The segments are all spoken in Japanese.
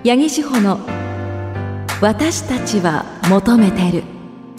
八木志保の私たちは求めてる。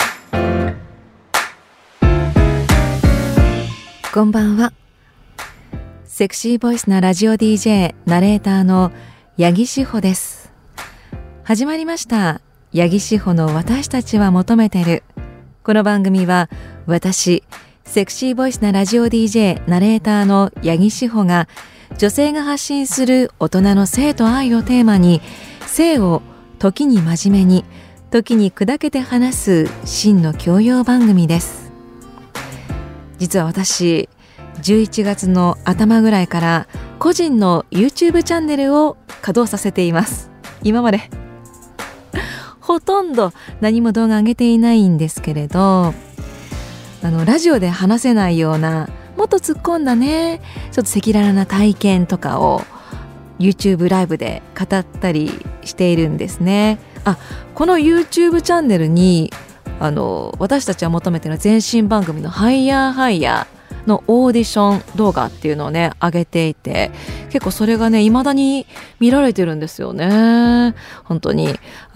こんばんは。セクシーボイスなラジオ DJ ナレーターの八木志保です。始まりました八木志保の私たちは求めてる。この番組は私セクシーボイスなラジオ DJ ナレーターの八木志保が女性が発信する大人の性と愛をテーマに、性を時に真面目に時に砕けて話す真の教養番組です。実は私11月の頭ぐらいから個人の YouTube チャンネルを稼働させています。今までほとんど何も動画上げていないんですけれど、ラジオで話せないようなもっと突っ込んだね、ちょっと赤裸々な体験とかを YouTube ライブで語ったりしているんですね。この YouTube チャンネルに私たちは求めてる前身番組のハイヤーハイヤーのオーディション動画っていうのをね上げていて、結構それがね未だに見られてるんですよね。本当に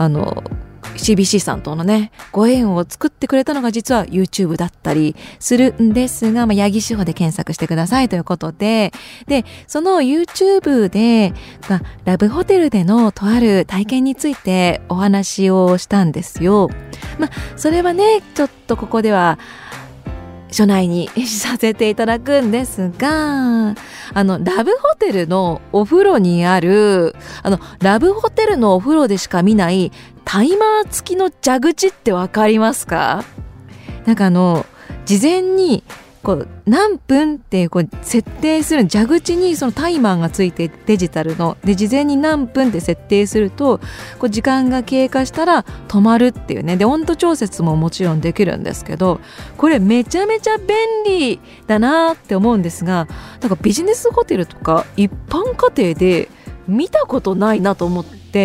CBC さんとのねご縁を作ってくれたのが実は YouTube だったりするんですが、八木志保で検索してくださいということで、その YouTube で、ラブホテルでのとある体験についてお話をしたんですよ。それはねちょっとここでは初内にさせていただくんですが、ラブホテルのお風呂にあるラブホテルのお風呂でしか見ないタイマー付きの蛇口ってわかりますか？事前に何分って設定する蛇口にそのタイマーがついて、デジタルので事前に何分って設定すると時間が経過したら止まるっていうね。で温度調節ももちろんできるんですけど、これめちゃめちゃ便利だなって思うんですが、ビジネスホテルとか一般家庭で見たことないなと思って、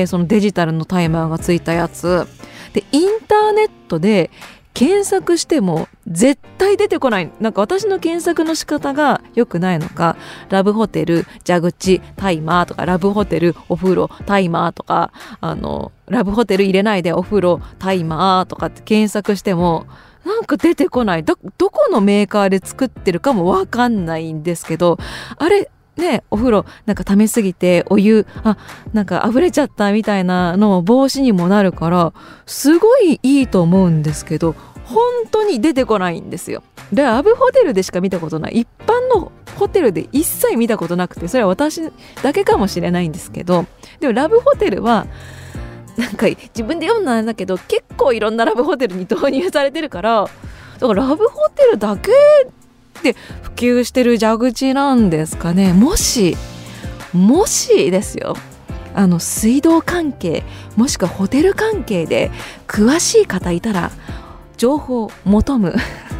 そのデジタルのタイマーがついたやつでインターネットで検索しても絶対出てこない。私の検索の仕方が良くないのか、ラブホテル蛇口タイマーとか、ラブホテルお風呂タイマーとか、ラブホテル入れないでお風呂タイマーとかって検索しても出てこない。どこのメーカーで作ってるかも分かんないんですけど、あれね、お風呂溜めすぎてお湯溢れちゃったみたいなの防止にもなるからすごいいいと思うんですけど、本当に出てこないんですよ。でラブホテルでしか見たことない、一般のホテルで一切見たことなくて、それは私だけかもしれないんですけど、でもラブホテルは自分で読んだんだけど結構いろんなラブホテルに導入されてるから、だからラブホテルだけで普及してる蛇口なんですかね。もしですよ、水道関係もしくはホテル関係で詳しい方いたら情報を求む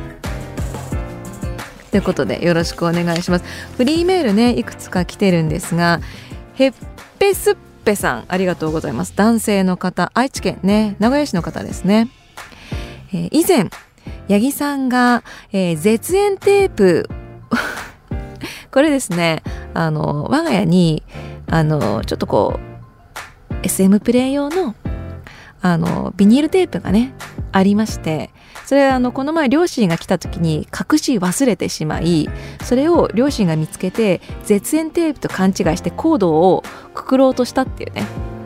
ということでよろしくお願いします。フリーメールねいくつか来てるんですが、へっぺすっぺさんありがとうございます。男性の方、愛知県ね名古屋市の方ですね。以前八木さんが、絶縁テープこれですね我が家にちょっとSM プレイ用のビニールテープがねありまして、それこの前両親が来た時に隠し忘れてしまい、それを両親が見つけて絶縁テープと勘違いしてコードをくくろうとしたっていうね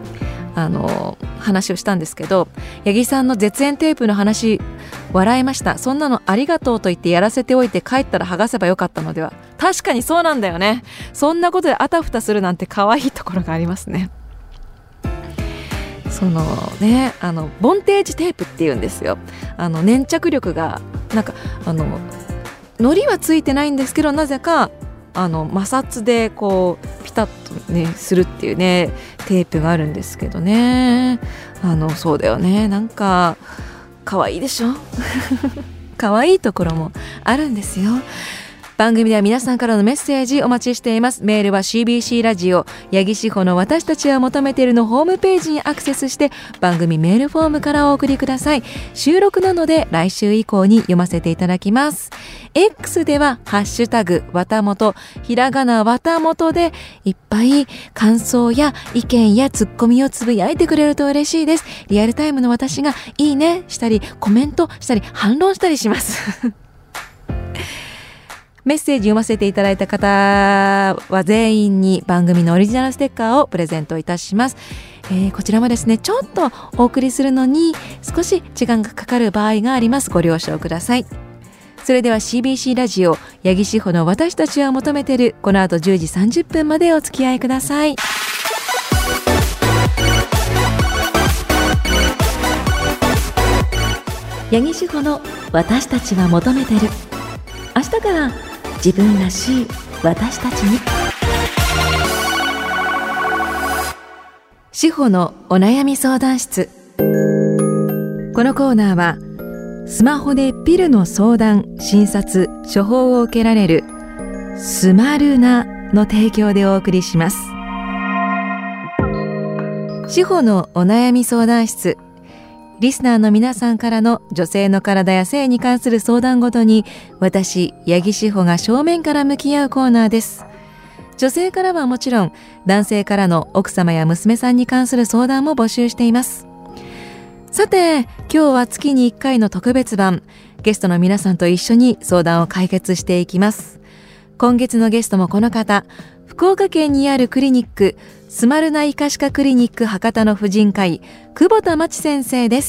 話をしたんですけど、八木さんの絶縁テープの話笑いました。そんなのありがとうと言ってやらせておいて帰ったら剥がせばよかったのでは。確かにそうなんだよね。そんなことであたふたするなんて可愛いところがありますね。ボンテージテープっていうんですよ。粘着力が糊はついてないんですけど、なぜか摩擦でピタッとねするっていうねテープがあるんですけどね。そうだよね、可愛いでしょ可愛いところもあるんですよ。 番組では皆さんからのメッセージお待ちしています。メールは CBC ラジオ八木志保の私たちは求めているのホームページにアクセスして番組メールフォームからお送りください。収録なので来週以降に読ませていただきます。 X ではハッシュタグわたもと、ひらがなわたもとでいっぱい感想や意見やツッコミをつぶやいてくれると嬉しいです。リアルタイムの私がいいねしたりコメントしたり反論したりしますメッセージ読ませていただいた方は全員に番組のオリジナルステッカーをプレゼントいたします。こちらもですね、ちょっとお送りするのに少し時間がかかる場合があります。ご了承ください。それでは CBC ラジオ八木志保の私たちは求めてる、この後10時30分までお付き合いください。八木志保の私たちは求めてる。明日から自分らしい私たちに。志保のお悩み相談室。このコーナーはスマホでピルの相談、診察、処方を受けられるスマルナの提供でお送りします。志保のお悩み相談室。リスナーの皆さんからの女性の体や性に関する相談ごとに私、八木志保が正面から向き合うコーナーです。女性からはもちろん男性からの奥様や娘さんに関する相談も募集しています。さて、今日は月に1回の特別版、ゲストの皆さんと一緒に相談を解決していきます。今月のゲストもこの方、福岡県にあるクリニックスマルナ医科歯科クリニック博多の婦人科医、久保田真知先生です。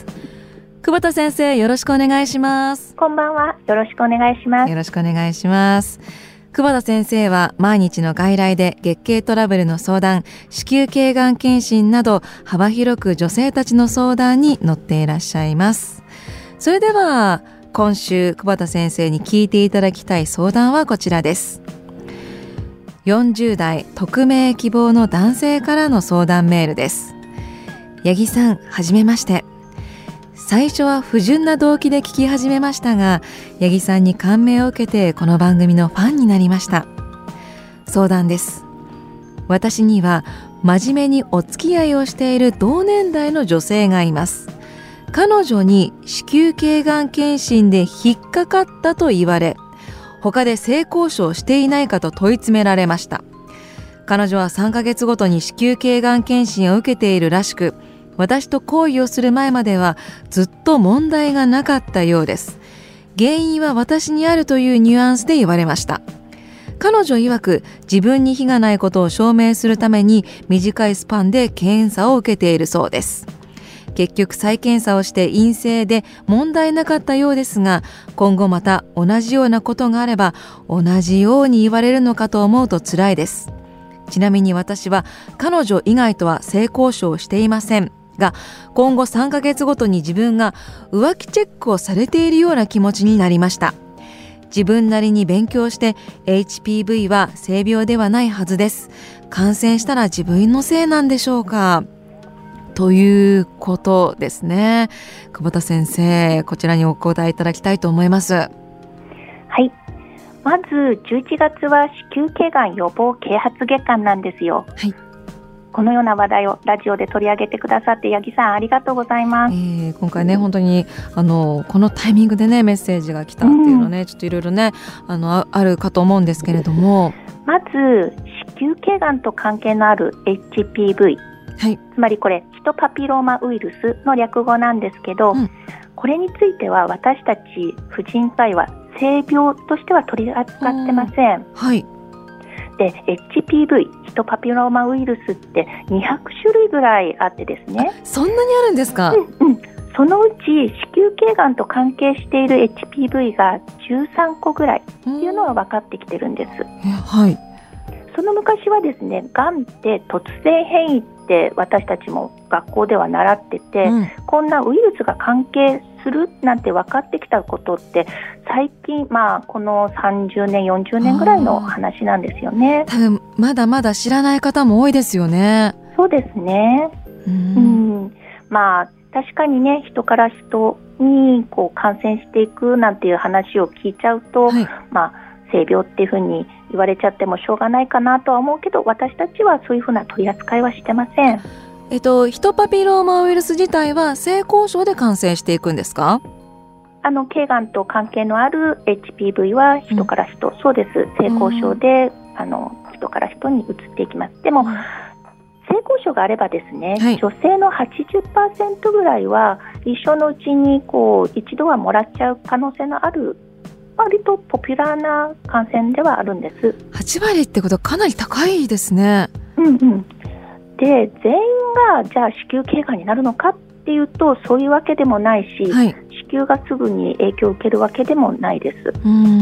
久保田先生、よろしくお願いします。 こんばんは。よろしくお願いします。 よろしくお願いします。久保田先生は毎日の外来で月経トラブルの相談、子宮頸がん検診など幅広く女性たちの相談に乗っていらっしゃいます。それでは今週久保田先生に聞いていただきたい相談はこちらです。40代匿名希望の男性からの相談メールです。八木さん、はじめまして。最初は不純な動機で聞き始めましたが、八木さんに感銘を受けてこの番組のファンになりました。相談です。私には真面目にお付き合いをしている同年代の女性がいます。彼女に子宮頸がん検診で引っかかったと言われ、他で性交渉していないかと問い詰められました。彼女は3ヶ月ごとに子宮頸がん検診を受けているらしく、私と行為をする前まではずっと問題がなかったようです。原因は私にあるというニュアンスで言われました。彼女曰く、自分に非がないことを証明するために短いスパンで検査を受けているそうです。結局再検査をして陰性で問題なかったようですが、今後また同じようなことがあれば同じように言われるのかと思うと辛いです。ちなみに私は彼女以外とは性交渉をしていませんが、今後3ヶ月ごとに自分が浮気チェックをされているような気持ちになりました。自分なりに勉強して HPV は性病ではないはずです。感染したら自分のせいなんでしょうか、ということですね。久保田先生、こちらにお答えいただきたいと思います。 はい。まず11月は子宮頸がん予防啓発月間なんですよ。はい。このような話題をラジオで取り上げてくださって八木さん、ありがとうございます。 今回ね、本当にこのタイミングでねメッセージが来たっていうのね、ちょっといろいろねあるかと思うんですけれども、 まず子宮頸がんと関係のある HPV、はい、つまりこれヒトパピローマウイルスの略語なんですけど、これについては私たち婦人科医は性病としては取り扱ってません。はい。で HPV ヒトパピローマウイルスって200種類ぐらいあってですね。 そんなにあるんですか？ そのうち子宮頸がんと関係している HPV が13個ぐらいっていうのは分かってきてるんです。はい。その昔はですね、がんって突然変異って私たちも学校では習ってて、こんなウイルスが関係するなんて分かってきたことって最近、この30年40年ぐらいの話なんですよね。 多分まだまだ知らない方も多いですよね。 そうですね。確かにね、人から人に感染していくなんていう話を聞いちゃうと、 性病っていうふうに言われちゃってもしょうがないかなとは思うけど、私たちはそういうふうな取り扱いはしてません。 ヒトパピローマウイルス自体は性交渉で感染していくんですか？ 経がんと関係のある HPV は人から人、そうです。性交渉で、人から人に移っていきます。でも、性交渉があればですね、女性の 80% ぐらいは一生のうちに一度はもらっちゃう可能性のある、割とポピュラーな感染ではあるんです。 8割ってことはかなり高いですね。 で、全員がじゃあ子宮頸がんになるのかっていうと、そういうわけでもないし、子宮がすぐに影響を受けるわけでもないです。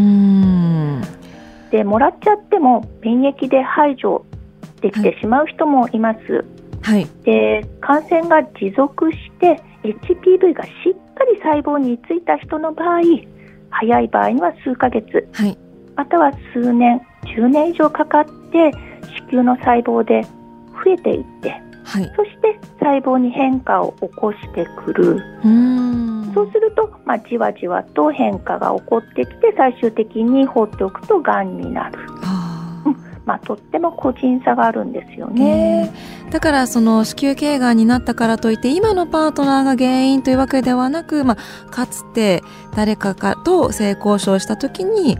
で、もらっちゃっても免疫で排除できてしまう人もいます。で、感染が持続して HPV がしっかり細胞についた人の場合、早い場合には数ヶ月、または数年、10年以上かかって子宮の細胞で増えていって、そして細胞に変化を起こしてくる。そうすると、じわじわと変化が起こってきて、最終的に放っておくとがんになる。とっても個人差があるんですよね。 だからその子宮頸がんになったからといって今のパートナーが原因というわけではなく、かつて誰かと性交渉した時に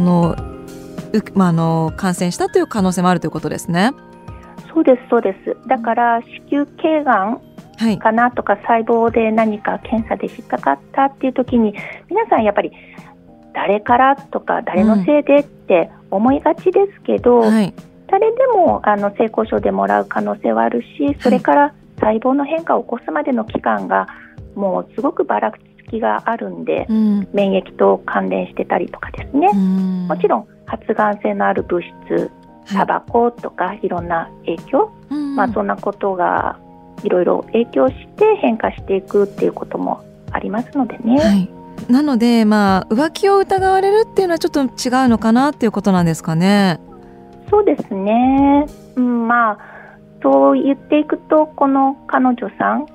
感染したという可能性もあるということですね。 そうですそうです。だから子宮頸がんかなとか、細胞で何か検査で引っかかったっていう時に、皆さんやっぱり誰からとか誰のせいでって思いがちですけど、誰でも性交渉でもらう可能性はあるし、それから細胞の変化を起こすまでの期間がもうすごくばらつきがあるんで、免疫と関連してたりとかですね、もちろん発がん性のある物質、タバコとかいろんな影響、そんなことがいろいろ影響して変化していくっていうこともありますのでね。 なので、浮気を疑われるっていうのはちょっと違うのかなっていうことなんですかね。 そうですね。そう言っていくと、この彼女さん、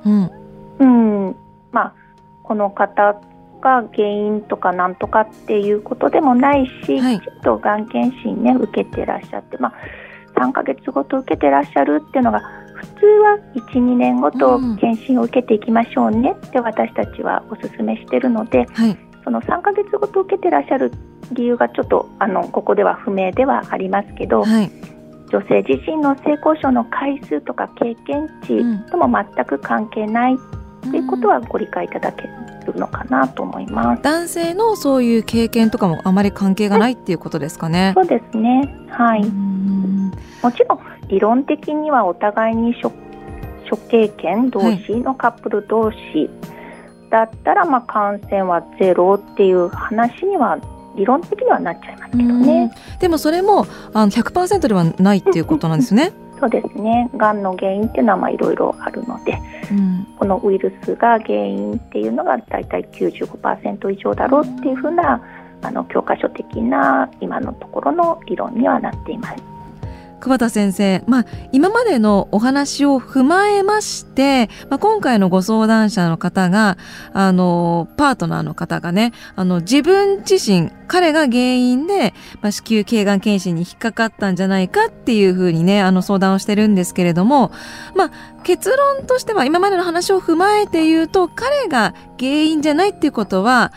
この方が原因とかなんとかっていうことでもないし、きちっとがん検診ね、受けてらっしゃって、3ヶ月ごと受けてらっしゃるっていうのが、普通は 1,2 年ごと検診を受けていきましょうねって私たちはお勧めしているので、その3ヶ月ごと受けてらっしゃる理由がちょっとここでは不明ではありますけど、女性自身の性交渉の回数とか経験値とも全く関係ないということはご理解いただけるのかなと思います。 男性のそういう経験とかもあまり関係がないっていうことですかね。 そうですね。もちろん理論的にはお互いに諸経験同士のカップル同士だったら、感染はゼロっていう話には理論的にはなっちゃいますけどね。 でもそれも100% ではないっていうことなんですね。 そうですね。がんの原因っていうのはいろいろあるので、このウイルスが原因っていうのがだいたい 95% 以上だろうっていうふうな教科書的な今のところの理論にはなっています。 久保田先生、今までのお話を踏まえまして、今回のご相談者の方がパートナーの方がね、自分自身彼が原因で、子宮頸がん検診に引っかかったんじゃないかっていうふうにね相談をしてるんですけれども、結論としては今までの話を踏まえて言うと、彼が原因じゃないっていうことは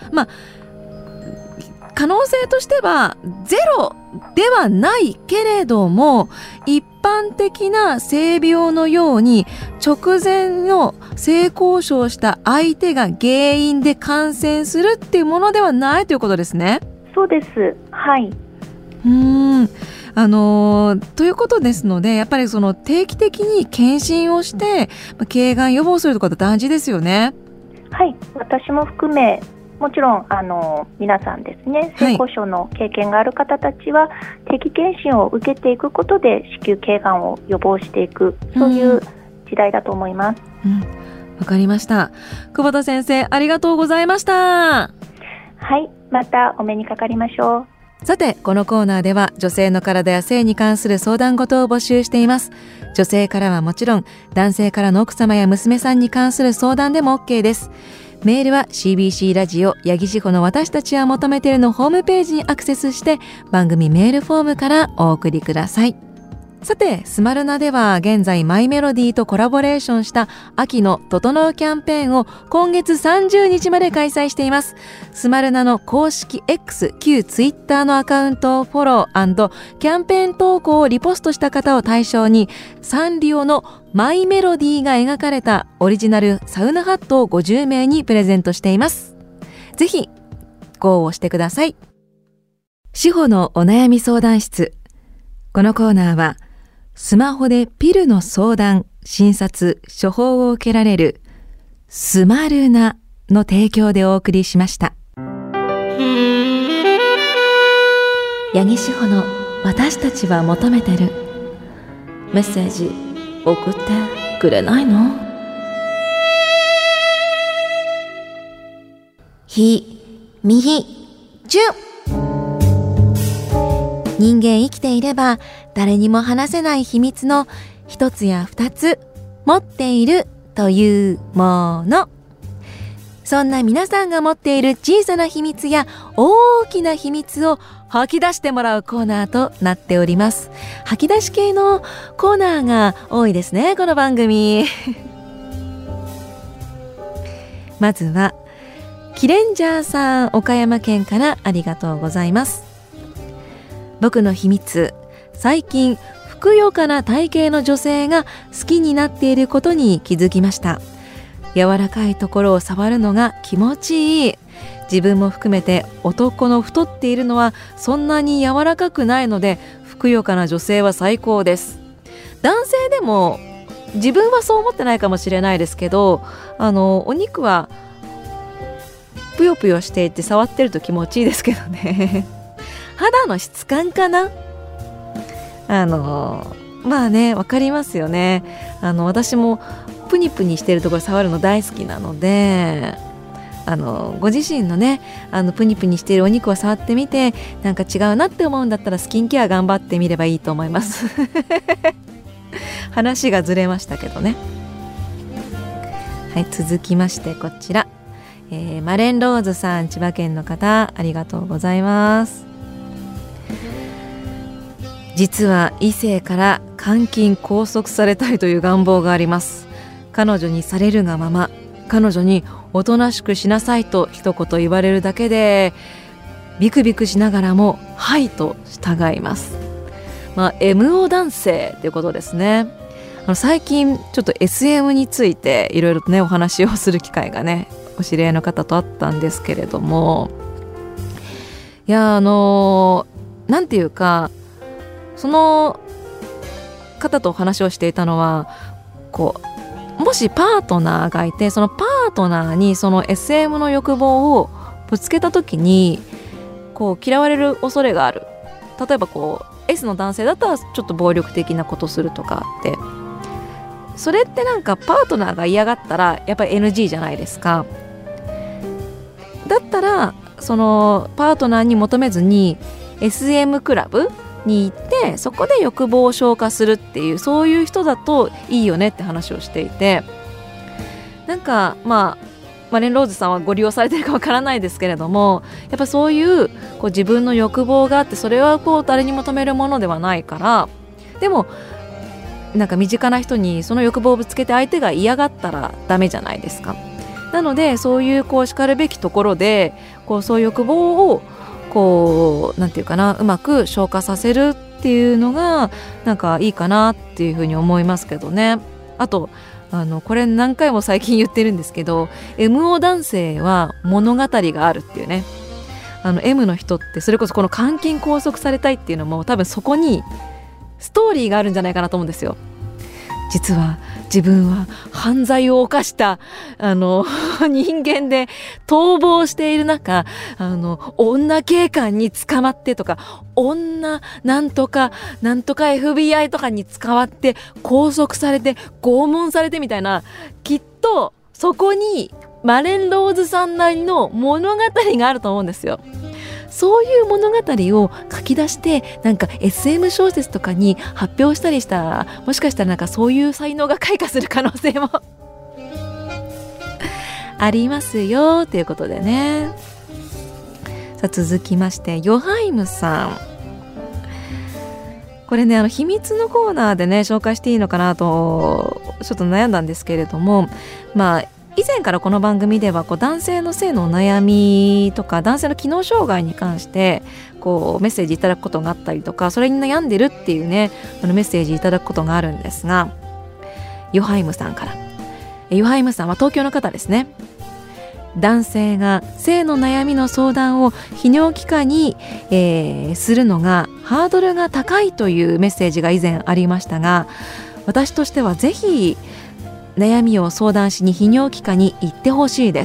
可能性としてはゼロではないけれども、一般的な性病のように直前の性交渉した相手が原因で感染するっていうものではないということですね。 そうです。 ということですので、やっぱりその定期的に検診をして頸がん予防すること大事ですよね。 私も含めもちろん皆さんですね、性交渉の経験がある方たちは定期検診を受けていくことで子宮頸がんを予防していく、そういう時代だと思います。 わかりました。久保田先生、ありがとうございました。 またお目にかかりましょう。さて、このコーナーでは女性の体や性に関する相談事を募集しています。女性からはもちろん、男性からの奥様や娘さんに関する相談でも OK です。 メールは CBC ラジオ八木志保の私たちは求めてるのホームページにアクセスして番組メールフォームからお送りください。さて、スマルナでは現在マイメロディとコラボレーションした秋の整うキャンペーンを今月30日まで開催しています。スマルナの公式 X 旧 Twitter のアカウントをフォロー&キャンペーン投稿をリポストした方を対象にサンリオのマイメロディが描かれたオリジナルサウナハットを50名にプレゼントしています。ぜひご応募してください。志保のお悩み相談室。このコーナーはスマホでピルの相談、診察、処方を受けられるスマルナの提供でお送りしました。八木志保の私たちは求めてる。メッセージ送ってくれないの？ひ、みひ、じゅ。人間生きていれば誰にも話せない秘密の一つや二つ持っているというもの。そんな皆さんが持っている小さな秘密や大きな秘密を吐き出してもらうコーナーとなっております。吐き出し系のコーナーが多いですね、この番組。まずはキレンジャーさん、岡山県からありがとうございます。僕の秘密、最近ふくよかな体型の女性が好きになっていることに気づきました。柔らかいところを触るのが気持ちいい。自分も含めて男の太っているのはそんなに柔らかくないので、ふくよかな女性は最高です。男性でも自分はそう思ってないかもしれないですけど、お肉はぷよぷよしていて触ってると気持ちいいですけどね。肌の質感かな。まあね、わかりますよね。私もプニプニしてるところ触るの大好きなので、ご自身のね、プニプニしているお肉を触ってみて、なんか違うなって思うんだったらスキンケア頑張ってみればいいと思います。話がずれましたけどね。はい、続きましてこちら、マレンローズさん、千葉県の方、ありがとうございます。実は異性から監禁拘束されたいという願望があります。彼女にされるがまま、彼女におとなしくしなさいと一言言われるだけでビクビクしながらもはいと従います。MO 男性ということですね。最近ちょっと SM についていろいろとねお話をする機会がねお知り合いの方とあったんですけれども、いやなんていうか、その方とお話をしていたのは、もしパートナーがいて、そのパートナーにその SM の欲望をぶつけた時に嫌われる恐れがある。例えばS の男性だったらちょっと暴力的なことするとかって、それってなんかパートナーが嫌がったらやっぱり NG じゃないですか。だったらそのパートナーに求めずに SM クラブに行ってそこで欲望を消化するっていう、そういう人だといいよねって話をしていて、なんかマレンローズさんはご利用されてるかわからないですけれども、やっぱそういう自分の欲望があって、それは誰にも止めるものではないから、でもなんか身近な人にその欲望をぶつけて相手が嫌がったらダメじゃないですか。なのでそういう叱るべきところでそういう欲望をなんていうかな、うまく消化させるっていうのがなんかいいかなっていうふうに思いますけどね。あとこれ何回も最近言ってるんですけど、 MO 男性は物語があるっていうね。M の人ってそれこそこの監禁拘束されたいっていうのも多分そこにストーリーがあるんじゃないかなと思うんですよ。実は自分は犯罪を犯した人間で逃亡している中、女警官に捕まってとか、女なんとかなんとか FBI とかに捕まって拘束されて拷問されてみたいな、きっとそこにマレンローズさんなりの物語があると思うんですよ。そういう物語を書き出してなんか SM 小説とかに発表したりしたら、もしかしたらなんかそういう才能が開花する可能性もありますよということでね。さあ続きましてヨハイムさん、これね秘密のコーナーでね紹介していいのかなとちょっと悩んだんですけれども、以前からこの番組では男性の性のお悩みとか男性の機能障害に関してメッセージいただくことがあったりとか、それに悩んでるっていうねメッセージいただくことがあるんですが、ヨハイムさんから、ヨハイムさんは東京の方ですね。男性が性の悩みの相談を泌尿器科に、するのがハードルが高いというメッセージが以前ありましたが、私としてはぜひ悩みを相談しに泌尿器科に行ってほしいです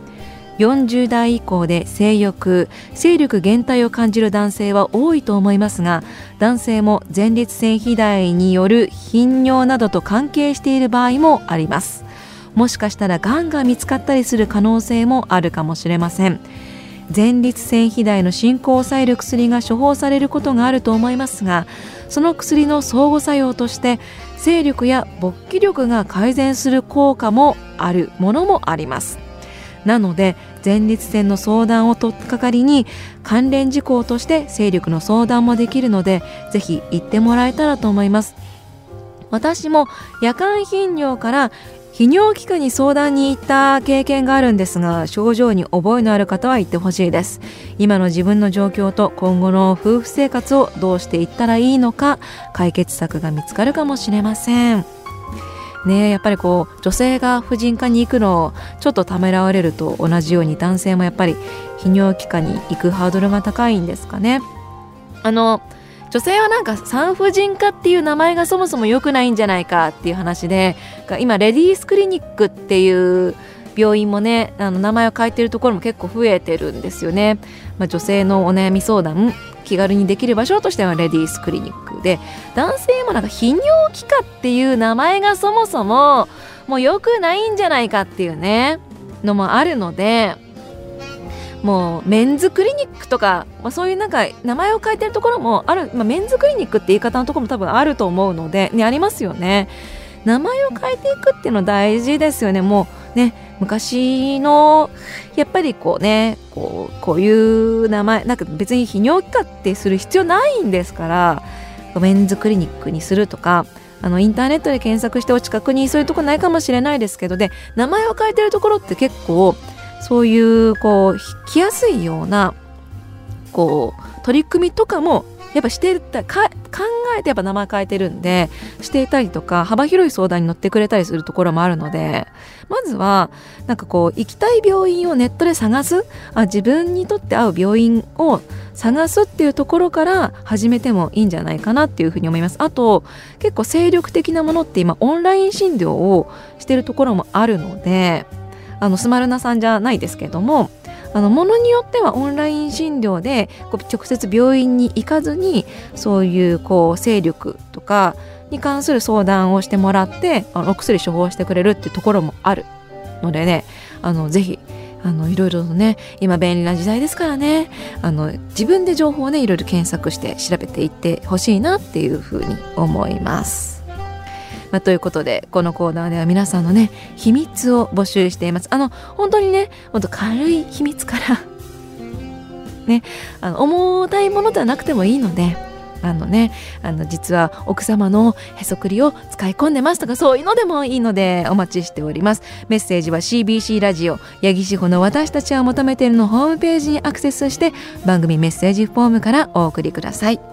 。40代以降で性欲、精力減退を感じる男性は多いと思いますが、男性も前立腺肥大による頻尿などと関係している場合もあります。もしかしたらがんが見つかったりする可能性もあるかもしれません。前立腺肥大の進行を抑える薬が処方されることがあると思いますが、その薬の相互作用として精力や勃起力が改善する効果もあるものもあります。なので前立腺の相談を取っかかりに関連事項として精力の相談もできるので、ぜひ行ってもらえたらと思います。私も夜間頻尿から泌尿器科に相談に行った経験があるんですが、症状に覚えのある方は行ってほしいです。今の自分の状況と今後の夫婦生活をどうしていったらいいのか、解決策が見つかるかもしれませんね。やっぱり女性が婦人科に行くのをちょっとためらわれると同じように、男性もやっぱり泌尿器科に行くハードルが高いんですかね。女性は産婦人科っていう名前がそもそも良くないんじゃないかっていう話で、今レディースクリニックっていう病院もね名前を変えてるところも結構増えてるんですよね。女性のお悩み相談気軽にできる場所としてはレディースクリニックで、男性も泌尿器科っていう名前がそもそももう良くないんじゃないかっていうねのもあるので、もうメンズクリニックとか、そういう名前を変えてるところもある、メンズクリニックって言い方のところも多分あると思うので、ありますよね。名前を変えていくっていうの大事ですよね。もうね昔のやっぱりこういう名前別に泌尿器科ってする必要ないんですから、メンズクリニックにするとか、インターネットで検索してお近くにそういうとこないかもしれないですけど、名前を変えてるところって結構そういう来やすいような取り組みとかもやっぱしてた考えてやっぱ名前変えてるんでしていたりとか、幅広い相談に乗ってくれたりするところもあるので、まずは行きたい病院をネットで探す、自分にとって合う病院を探すっていうところから始めてもいいんじゃないかなっていうふうに思います。あと結構精力的なものって今オンライン診療をしてるところもあるので、スマルナさんじゃないですけども、ものによってはオンライン診療で直接病院に行かずにそういう精力とかに関する相談をしてもらってお薬処方してくれるっていうところもあるのでね、ぜひいろいろとね今便利な時代ですからね、自分で情報をねいろいろ検索して調べていってほしいなっていうふうに思います。ということでこのコーナーでは皆さんのね秘密を募集しています。本当にね軽い秘密からね重たいものではなくてもいいので、実は奥様のへそくりを使い込んでますとか、そういうのでもいいのでお待ちしております。メッセージは CBC ラジオ八木志保の私たちは求めているのホームページにアクセスして番組メッセージフォームからお送りください。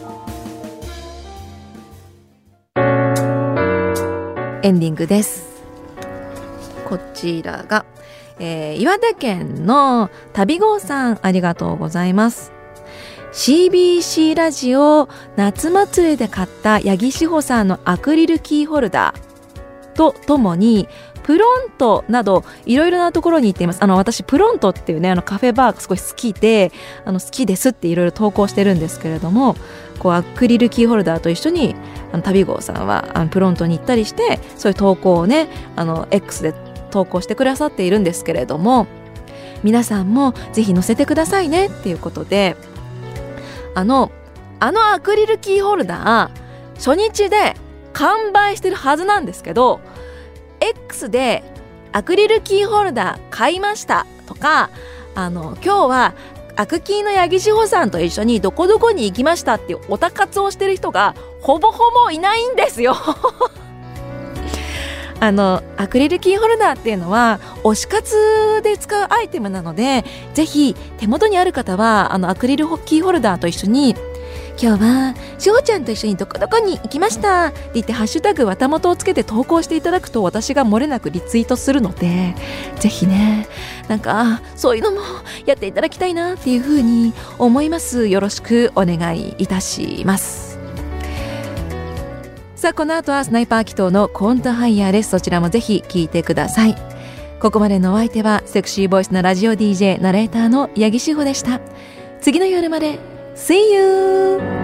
エンディングです。こちらが、岩手県の旅号さん、ありがとうございます。CBC ラジオ夏祭りで買った八木志保さんのアクリルキーホルダーとともにプロントなどいろいろなところに行っています。私プロントっていうねカフェバーがすごい好きで好きですっていろいろ投稿してるんですけれども、アクリルキーホルダーと一緒に旅号さんはプロントに行ったりしてそういう投稿をねX で投稿してくださっているんですけれども、皆さんもぜひ載せてくださいねっていうことで、アクリルキーホルダー初日で完売してるはずなんですけど X でアクリルキーホルダー買いましたとか、今日はアクキーの八木志保さんと一緒にどこどこに行きましたっていうオタ活をしてる人がほぼほぼいないんですよアクリルキーホルダーっていうのは推し活で使うアイテムなので、ぜひ手元にある方はアクリルキーホルダーと一緒に、今日はしほちゃんと一緒にどこどこに行きましたって言ってハッシュタグわたもとをつけて投稿していただくと、私が漏れなくリツイートするので、ぜひね、なんかそういうのもやっていただきたいなっていうふうに思います。よろしくお願いいたします。さあ、この後はスナイパー祈祷のコントハイヤーです。そちらもぜひ聞いてください。ここまでのお相手はセクシーボイスなラジオ DJ ナレーターの八木志保でした。次の夜まで See you!